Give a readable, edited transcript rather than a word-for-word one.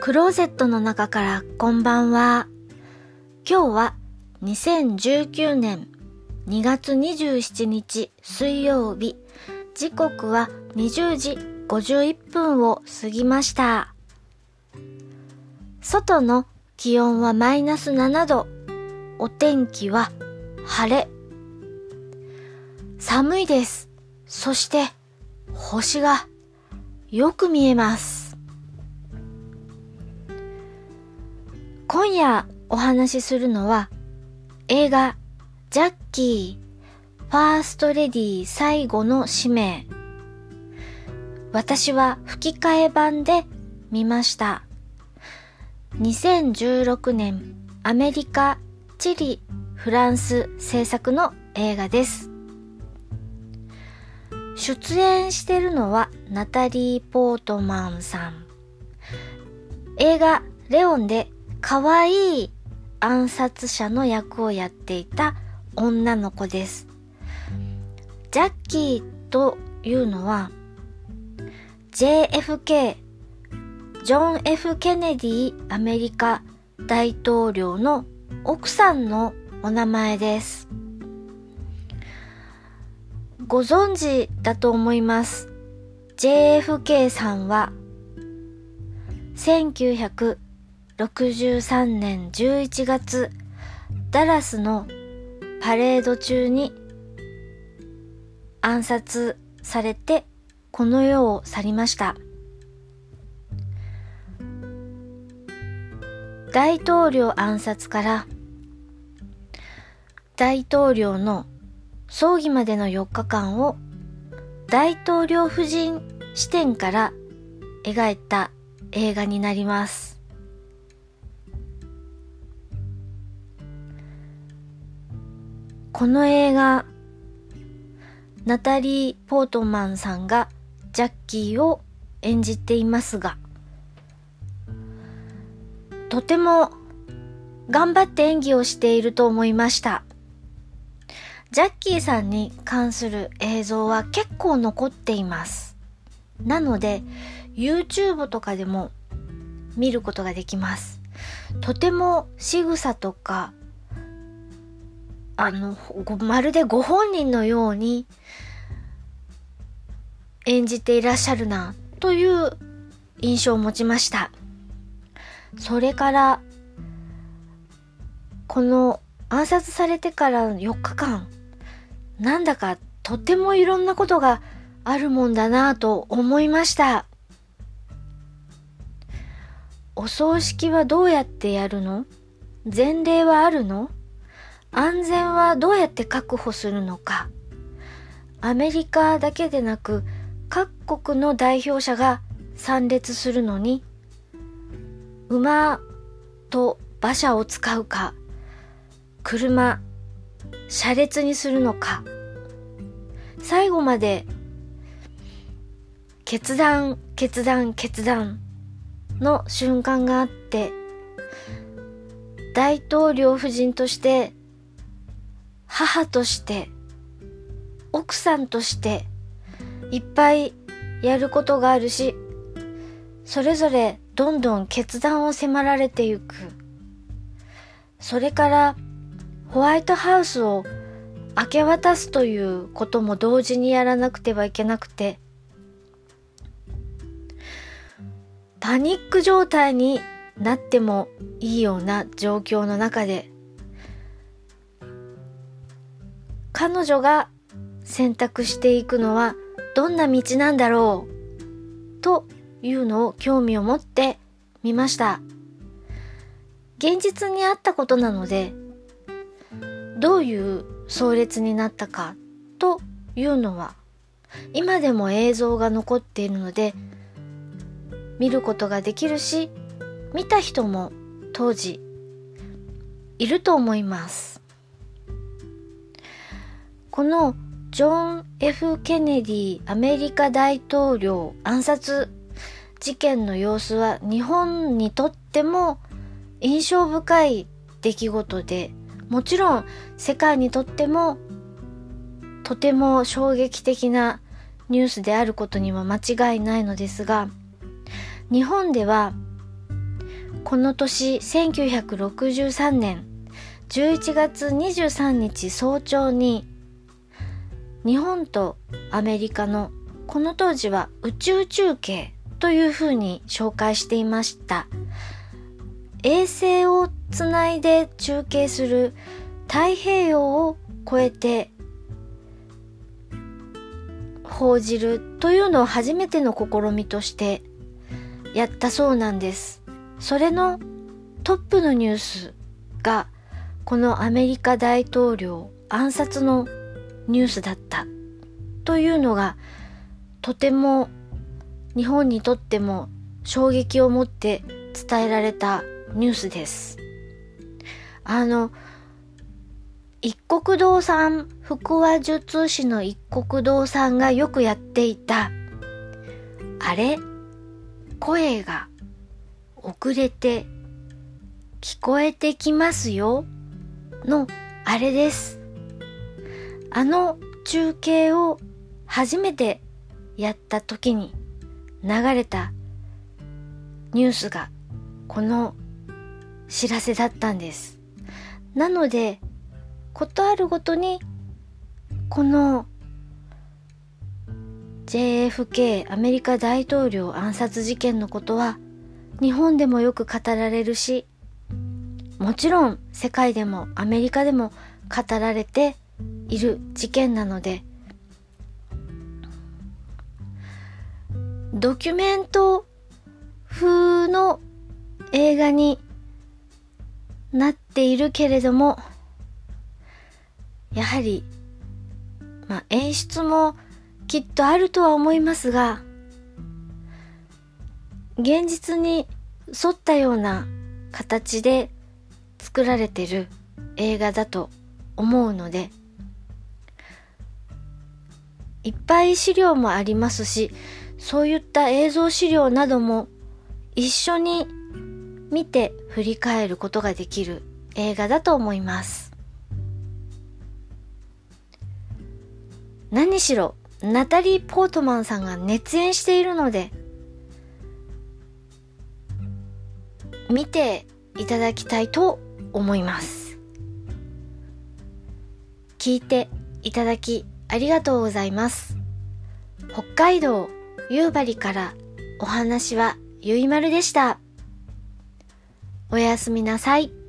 クローゼットの中からこんばんは。今日は2019年2月27日水曜日、時刻は20時51分を過ぎました。外の気温はマイナス7度、お天気は晴れ。寒いです。そして星がよく見えます。今夜お話しするのは映画ジャッキーファーストレディ最後の使命。私は吹き替え版で見ました。2016年アメリカ、チリ、フランス制作の映画です。出演しているのはナタリー・ポートマンさん。映画レオンで可愛い暗殺者の役をやっていた女の子です。ジャッキーというのは JFK ジョン・ F ・ケネディアメリカ大統領の奥さんのお名前です。ご存知だと思います。 JFK さんは1963年11月ダラスのパレード中に暗殺されてこの世を去りました。大統領暗殺から大統領の葬儀までの4日間を大統領夫人視点から描いた映画になります。この映画、ナタリー・ポートマンさんがジャッキーを演じていますが、とても頑張って演技をしていると思いました。ジャッキーさんに関する映像は結構残っています。なので YouTube とかでも見ることができます。とても仕草とかまるでご本人のように演じていらっしゃるなという印象を持ちました。それからこの暗殺されてから4日間、なんだかとてもいろんなことがあるもんだなぁと思いました。お葬式はどうやってやるの？前例はあるの？安全はどうやって確保するのか。アメリカだけでなく各国の代表者が参列するのに馬と馬車を使うか、車、車列にするのか、最後まで決断の瞬間があって、大統領夫人として、母として、奥さんとしていっぱいやることがあるし、それぞれどんどん決断を迫られていく。それからホワイトハウスを明け渡すということも同時にやらなくてはいけなくて、パニック状態になってもいいような状況の中で、彼女が選択していくのはどんな道なんだろうというのを興味を持って見ました。現実にあったことなので、どういう葬列になったかというのは今でも映像が残っているので見ることができるし、見た人も当時いると思います。このジョン・ F ・ケネディアメリカ大統領暗殺事件の様子は日本にとっても印象深い出来事で、もちろん世界にとってもとても衝撃的なニュースであることには間違いないのですが、日本ではこの年1963年11月23日早朝に日本とアメリカのこの当時は宇宙中継というふうに紹介していました衛星をつないで中継する太平洋を越えて報じるというのを初めての試みとしてやったそうなんです。それのトップのニュースがこのアメリカ大統領暗殺のニュースだったというのがとても日本にとっても衝撃を持って伝えられたニュースです。一国堂さん、腹話術師の一国堂さんがよくやっていたあれ、声が遅れて聞こえてきますよのあれです。中継を初めてやった時に流れたニュースがこの知らせだったんです。なのでことあるごとにこの JFK アメリカ大統領暗殺事件のことは日本でもよく語られるし、もちろん世界でもアメリカでも語られている事件なので、ドキュメント風の映画になっているけれども、やはり演出もきっとあるとは思いますが、現実に沿ったような形で作られている映画だと思うので、いっぱい資料もありますし、そういった映像資料なども一緒に見て振り返ることができる映画だと思います。何しろナタリー・ポートマンさんが熱演しているので見ていただきたいと思います。聞いていただきありがとうございます。北海道夕張からお話はゆいまるでした。おやすみなさい。